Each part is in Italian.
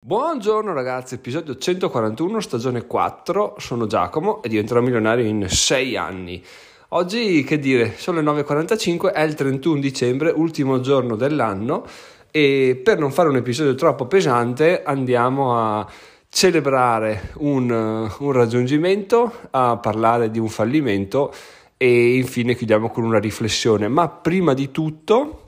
Buongiorno ragazzi, episodio 141, stagione 4, sono Giacomo e diventerò milionario in 6 anni. Oggi, che dire, sono le 9.45, è il 31 dicembre, ultimo giorno dell'anno, e per non fare un episodio troppo pesante andiamo a celebrare un raggiungimento, a parlare di un fallimento e infine chiudiamo con una riflessione. Ma prima di tutto,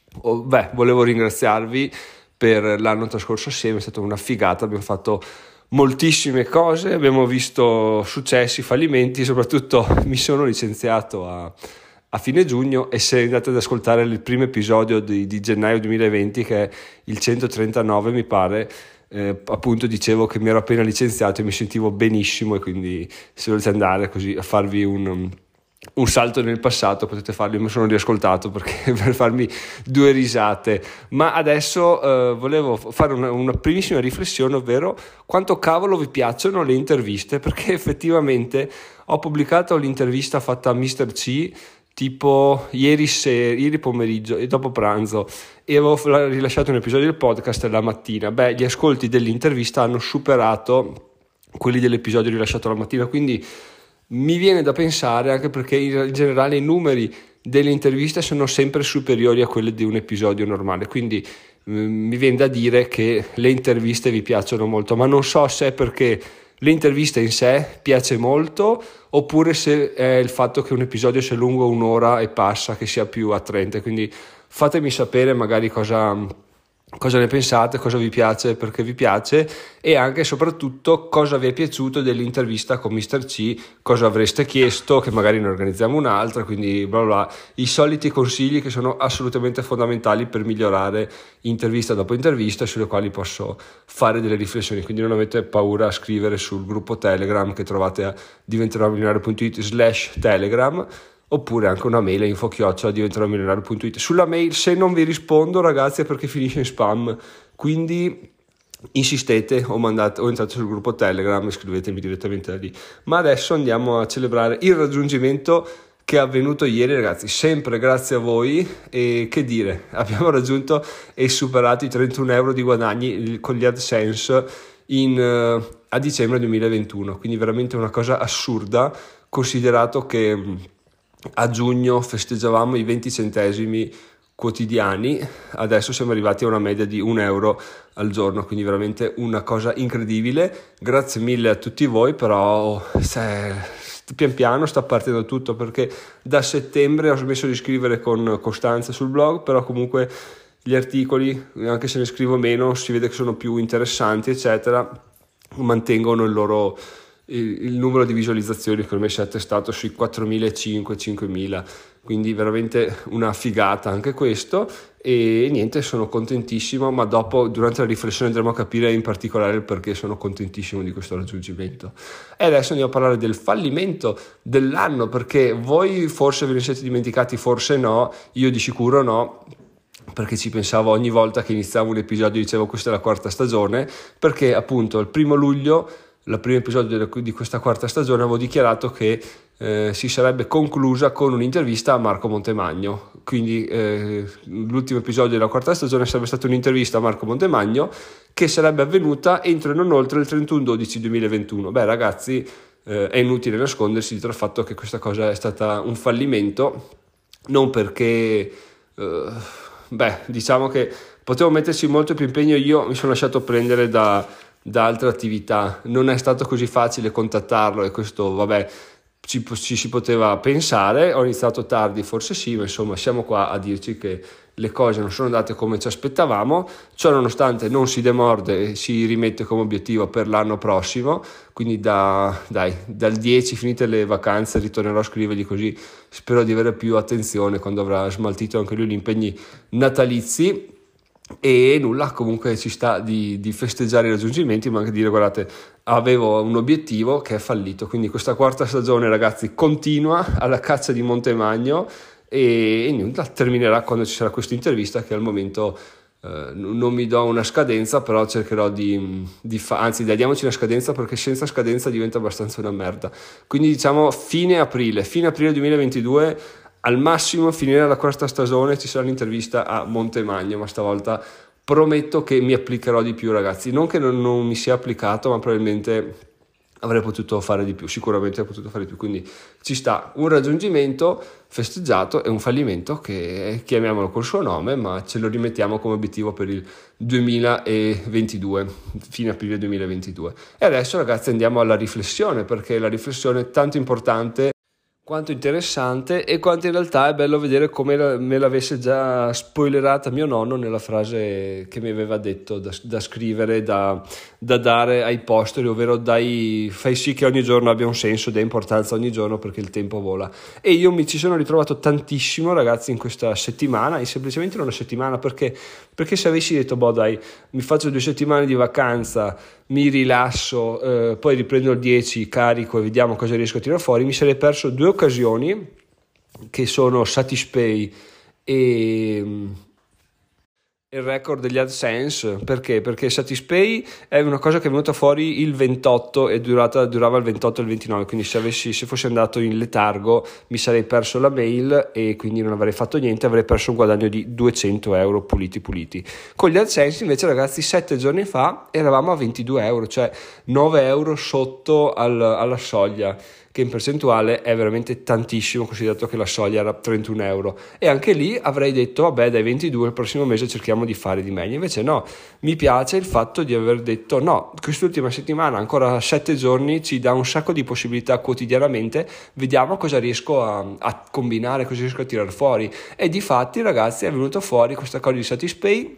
volevo ringraziarvi per l'anno trascorso assieme, è stata una figata, abbiamo fatto moltissime cose, abbiamo visto successi, fallimenti, soprattutto mi sono licenziato a fine giugno, e se andate ad ascoltare il primo episodio di gennaio 2020, che è il 139 mi pare, appunto dicevo che mi ero appena licenziato e mi sentivo benissimo, e quindi se volete andare così a farvi un salto nel passato potete farlo. Io mi sono riascoltato perché per farmi due risate. Ma adesso volevo fare una primissima riflessione, ovvero quanto cavolo vi piacciono le interviste, perché effettivamente ho pubblicato l'intervista fatta a Mr. C tipo ieri pomeriggio e dopo pranzo, e avevo rilasciato un episodio del podcast la mattina. Gli ascolti dell'intervista hanno superato quelli dell'episodio rilasciato la mattina, quindi mi viene da pensare, anche perché in generale i numeri delle interviste sono sempre superiori a quelli di un episodio normale, quindi mi viene da dire che le interviste vi piacciono molto, ma non so se è perché l'intervista in sé piace molto oppure se è il fatto che un episodio sia lungo un'ora e passa che sia più attraente. Quindi fatemi sapere magari cosa ne pensate, cosa vi piace, perché vi piace, e anche e soprattutto cosa vi è piaciuto dell'intervista con Mr. C, cosa avreste chiesto, che magari ne organizziamo un'altra, quindi bla bla, i soliti consigli che sono assolutamente fondamentali per migliorare intervista dopo intervista, sulle quali posso fare delle riflessioni. Quindi non avete paura a scrivere sul gruppo Telegram che trovate a diventeromilionario.it/Telegram, oppure anche una mail a info@diventeromilionario.it. Sulla mail, se non vi rispondo ragazzi, è perché finisce in spam, quindi insistete o entrate sul gruppo Telegram e scrivetemi direttamente da lì. Ma adesso andiamo a celebrare il raggiungimento che è avvenuto ieri ragazzi, sempre grazie a voi. E che dire, abbiamo raggiunto e superato i 31 euro di guadagni con gli AdSense a dicembre 2021, quindi veramente una cosa assurda, considerato che a giugno festeggiavamo i 20 centesimi quotidiani, adesso siamo arrivati a una media di 1 euro al giorno, quindi veramente una cosa incredibile. Grazie mille a tutti voi, però pian piano sta partendo tutto, perché da settembre ho smesso di scrivere con costanza sul blog, però comunque gli articoli, anche se ne scrivo meno, si vede che sono più interessanti eccetera, mantengono il numero di visualizzazioni che ormai si è attestato sui 4.500-5.000, quindi veramente una figata anche questo. E niente, sono contentissimo, ma dopo, durante la riflessione, andremo a capire in particolare il perché sono contentissimo di questo raggiungimento. E adesso andiamo a parlare del fallimento dell'anno, perché voi forse ve ne siete dimenticati, forse no, io di sicuro no, perché ci pensavo ogni volta che iniziavo un episodio, dicevo questa è la quarta stagione, perché appunto il 1 luglio, il primo episodio di questa quarta stagione, avevo dichiarato che si sarebbe conclusa con un'intervista a Marco Montemagno. Quindi l'ultimo episodio della quarta stagione sarebbe stata un'intervista a Marco Montemagno che sarebbe avvenuta entro e non oltre il 31/12/2021. Ragazzi, è inutile nascondersi dietro al fatto che questa cosa è stata un fallimento, non perché diciamo che potevo metterci molto più impegno, io mi sono lasciato prendere da altre attività, non è stato così facile contattarlo, e questo ci si poteva pensare. Ho iniziato tardi, forse sì, ma insomma siamo qua a dirci che le cose non sono andate come ci aspettavamo. Ciò nonostante non si demorde e si rimette come obiettivo per l'anno prossimo, quindi dal 10, finite le vacanze, ritornerò a scrivergli, così spero di avere più attenzione quando avrà smaltito anche lui gli impegni natalizi. E nulla, comunque ci sta di festeggiare i raggiungimenti, ma anche dire guardate, avevo un obiettivo che è fallito. Quindi questa quarta stagione ragazzi continua alla caccia di Montemagno, e nulla, terminerà quando ci sarà questa intervista, che al momento non mi do una scadenza, però cercherò anzi diamoci una scadenza, perché senza scadenza diventa abbastanza una merda. Quindi diciamo fine aprile 2022, al massimo finire la quarta stagione, ci sarà l'intervista a Montemagno, ma stavolta prometto che mi applicherò di più, ragazzi, non che non mi sia applicato, ma probabilmente avrei potuto fare di più, sicuramente avrei potuto fare di più, quindi ci sta un raggiungimento festeggiato e un fallimento che chiamiamolo col suo nome, ma ce lo rimettiamo come obiettivo per il 2022, fine aprile 2022. E adesso, ragazzi, andiamo alla riflessione, perché la riflessione è tanto importante quanto interessante e quanto in realtà è bello vedere come me l'avesse già spoilerata mio nonno nella frase che mi aveva detto da scrivere, da dare ai posteri, ovvero fai sì che ogni giorno abbia un senso, dà importanza ogni giorno perché il tempo vola. E io mi ci sono ritrovato tantissimo, ragazzi, in questa settimana, e semplicemente in una settimana, perché se avessi detto dai, mi faccio 2 settimane di vacanza, mi rilasso, poi riprendo il 10, carico e vediamo cosa riesco a tirare fuori, mi sarei perso 2 occasioni che sono Satispay e il record degli AdSense. Perché Satispay è una cosa che è venuta fuori il 28 e durava il 28 e il 29, quindi se fossi andato in letargo mi sarei perso la mail e quindi non avrei fatto niente, avrei perso un guadagno di 200 euro puliti. Con gli AdSense invece, ragazzi, 7 giorni fa eravamo a 22 euro, cioè 9 euro sotto alla soglia, che in percentuale è veramente tantissimo, considerato che la soglia era 31 euro, e anche lì avrei detto vabbè, dai 22 il prossimo mese cerchiamo di fare di meglio. Invece no, mi piace il fatto di aver detto no, quest'ultima settimana, ancora 7 giorni, ci dà un sacco di possibilità quotidianamente, vediamo cosa riesco a combinare, cosa riesco a tirare fuori. E di fatti, ragazzi, è venuto fuori questa cosa di Satispay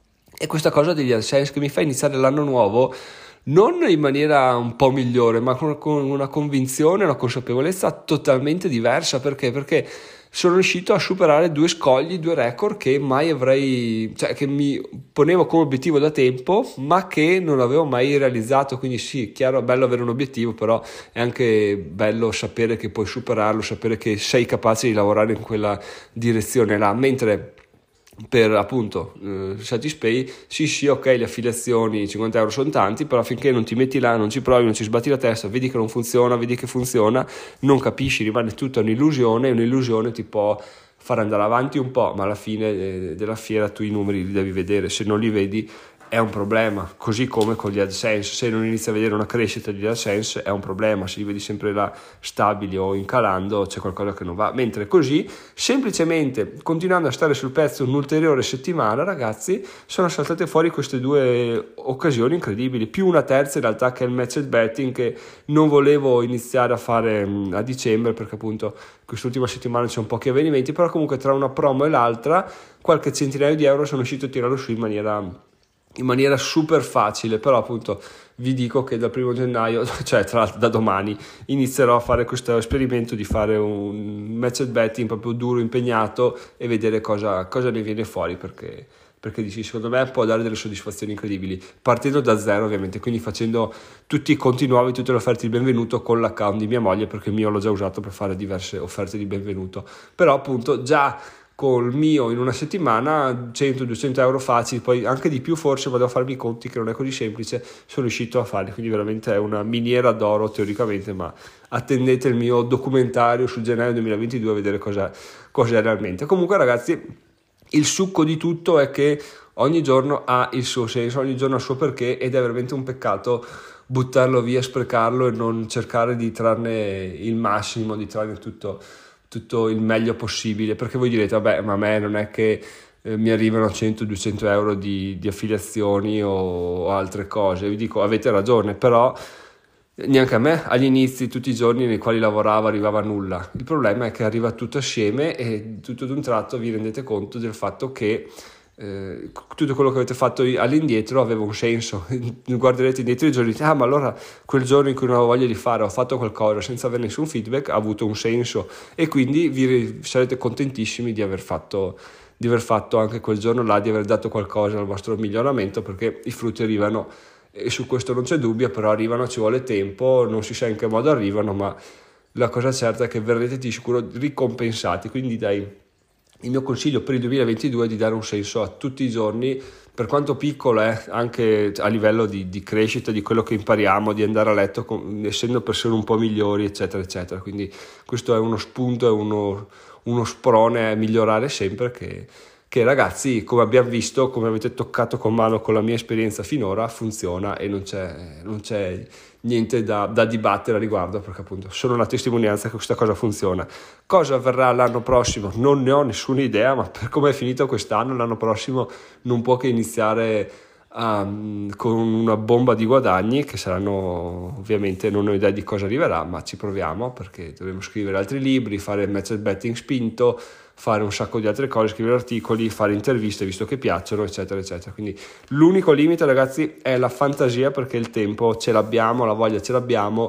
e questa cosa degli AdSense che mi fa iniziare l'anno nuovo non in maniera un po' migliore, ma con una convinzione, una consapevolezza totalmente diversa. Perché sono riuscito a superare 2 scogli, 2 record che mai avrei, cioè che mi ponevo come obiettivo da tempo, ma che non avevo mai realizzato. Quindi sì, chiaro, è bello avere un obiettivo, però è anche bello sapere che puoi superarlo, sapere che sei capace di lavorare in quella direzione là. Mentre per appunto Satispay sì, ok, le affiliazioni 50 euro sono tanti, però finché non ti metti là, non ci provi, non ci sbatti la testa, vedi che non funziona, vedi che funziona, non capisci, rimane tutta un'illusione, e un'illusione ti può far andare avanti un po', ma alla fine della fiera tu i numeri li devi vedere, se non li vedi è un problema. Così come con gli AdSense, se non inizi a vedere una crescita degli AdSense è un problema, se li vedi sempre là stabili o incalando c'è qualcosa che non va. Mentre così, semplicemente continuando a stare sul pezzo un'ulteriore settimana, ragazzi, sono saltate fuori queste 2 occasioni incredibili, più una terza in realtà, che è il match betting, che non volevo iniziare a fare a dicembre perché appunto quest'ultima settimana c'è un pochi avvenimenti, però comunque tra una promo e l'altra qualche centinaio di euro sono riuscito a tirarlo su in maniera super facile. Però appunto vi dico che dal 1 gennaio, cioè da domani, inizierò a fare questo esperimento di fare un match betting proprio duro, impegnato, e vedere cosa ne viene fuori, perché dici, secondo me può dare delle soddisfazioni incredibili, partendo da zero ovviamente, quindi facendo tutti i conti nuovi, tutte le offerte di benvenuto con l'account di mia moglie, perché il mio l'ho già usato per fare diverse offerte di benvenuto. Però appunto già col mio in una settimana 100-200 euro facili, poi anche di più forse, vado a farmi i conti che non è così semplice, sono riuscito a farli, quindi veramente è una miniera d'oro teoricamente, ma attendete il mio documentario sul gennaio 2022 a vedere cos'è realmente. Comunque, ragazzi, il succo di tutto è che ogni giorno ha il suo senso, ogni giorno ha il suo perché, ed è veramente un peccato buttarlo via, sprecarlo e non cercare di trarne il massimo, di trarne tutto il meglio possibile. Perché voi direte vabbè, ma a me non è che mi arrivano 100-200 euro di affiliazioni o altre cose. Vi dico, avete ragione, però neanche a me agli inizi, tutti i giorni nei quali lavoravo, arrivava nulla. Il problema è che arriva tutto assieme e tutto d'un tratto vi rendete conto del fatto che tutto quello che avete fatto all'indietro aveva un senso. Guarderete indietro i giorni e dite, ma allora quel giorno in cui non avevo voglia di fare ho fatto qualcosa senza avere nessun feedback, ha avuto un senso, e quindi vi sarete contentissimi di aver fatto anche quel giorno là, di aver dato qualcosa al vostro miglioramento, perché i frutti arrivano, e su questo non c'è dubbio. Però arrivano, ci vuole tempo, non si sa in che modo arrivano, ma la cosa certa è che verrete di sicuro ricompensati. Quindi il mio consiglio per il 2022 è di dare un senso a tutti i giorni, per quanto piccolo è, anche a livello di crescita, di quello che impariamo, di andare a letto essendo persone un po' migliori, eccetera eccetera. Quindi questo è uno spunto, è uno sprone a migliorare sempre, che che ragazzi, come abbiamo visto, come avete toccato con mano con la mia esperienza finora, funziona e non c'è niente da dibattere a riguardo, perché appunto sono una testimonianza che questa cosa funziona. Cosa avverrà l'anno prossimo? Non ne ho nessuna idea, ma per come è finito quest'anno, l'anno prossimo non può che iniziare con una bomba di guadagni che saranno, ovviamente non ho idea di cosa arriverà, ma ci proviamo, perché dovremo scrivere altri libri, fare match betting spinto, fare un sacco di altre cose, scrivere articoli, fare interviste visto che piacciono, eccetera eccetera. Quindi l'unico limite, ragazzi, è la fantasia, perché il tempo ce l'abbiamo, la voglia ce l'abbiamo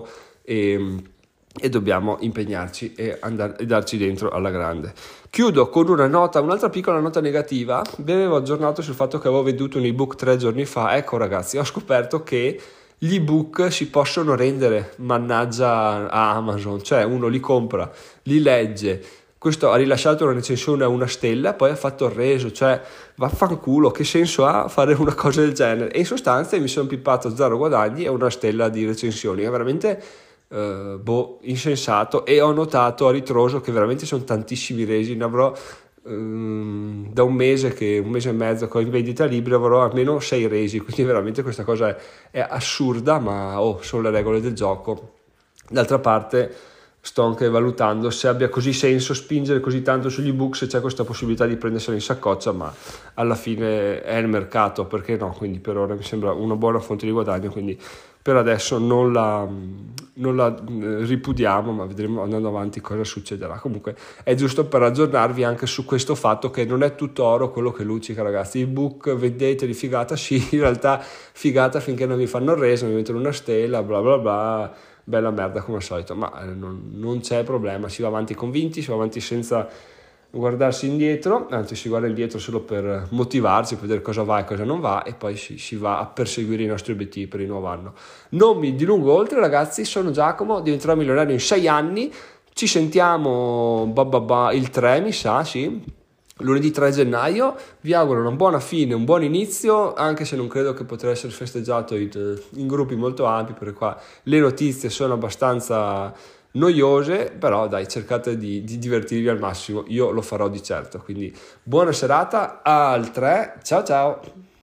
e dobbiamo impegnarci e darci dentro alla grande. Chiudo con un'altra piccola nota negativa. Vi avevo aggiornato sul fatto che avevo venduto un ebook 3 giorni fa. Ecco ragazzi, ho scoperto che gli ebook si possono rendere, mannaggia a Amazon, cioè uno li compra, li legge, questo ha rilasciato una recensione a 1 stella, poi ha fatto il reso, cioè vaffanculo, che senso ha fare una cosa del genere? E in sostanza mi sono pippato 0 guadagni e 1 stella di recensioni, è veramente insensato. E ho notato a ritroso che veramente sono tantissimi resi, ne avrò da un mese e mezzo che ho in vendita libri, avrò almeno 6 resi, quindi veramente questa cosa è assurda, ma sono le regole del gioco. D'altra parte sto anche valutando se abbia così senso spingere così tanto sugli ebook, se c'è questa possibilità di prendersela in saccoccia, ma alla fine è il mercato, perché no? Quindi per ora mi sembra una buona fonte di guadagno, quindi per adesso non la ripudiamo, ma vedremo andando avanti cosa succederà. Comunque è giusto per aggiornarvi anche su questo fatto che non è tutto oro quello che luccica, ragazzi. Il book, vedeteli, figata, sì, in realtà figata finché non mi fanno il reso, mi mettono 1 stella, bla bla bla, bella merda come al solito, ma non c'è problema, si va avanti convinti, si va avanti senza guardarsi indietro, anzi si guarda indietro solo per motivarsi, per vedere cosa va e cosa non va, e poi si va a perseguire i nostri obiettivi per il nuovo anno. Non mi dilungo oltre, ragazzi, sono Giacomo, diventerò milionario in 6 anni, ci sentiamo il 3 mi sa, sì, lunedì 3 gennaio, vi auguro una buona fine, un buon inizio, anche se non credo che potrà essere festeggiato in gruppi molto ampi, perché qua le notizie sono abbastanza noiose, però dai, cercate di divertirvi al massimo, io lo farò di certo. Quindi buona serata, al 3, ciao ciao.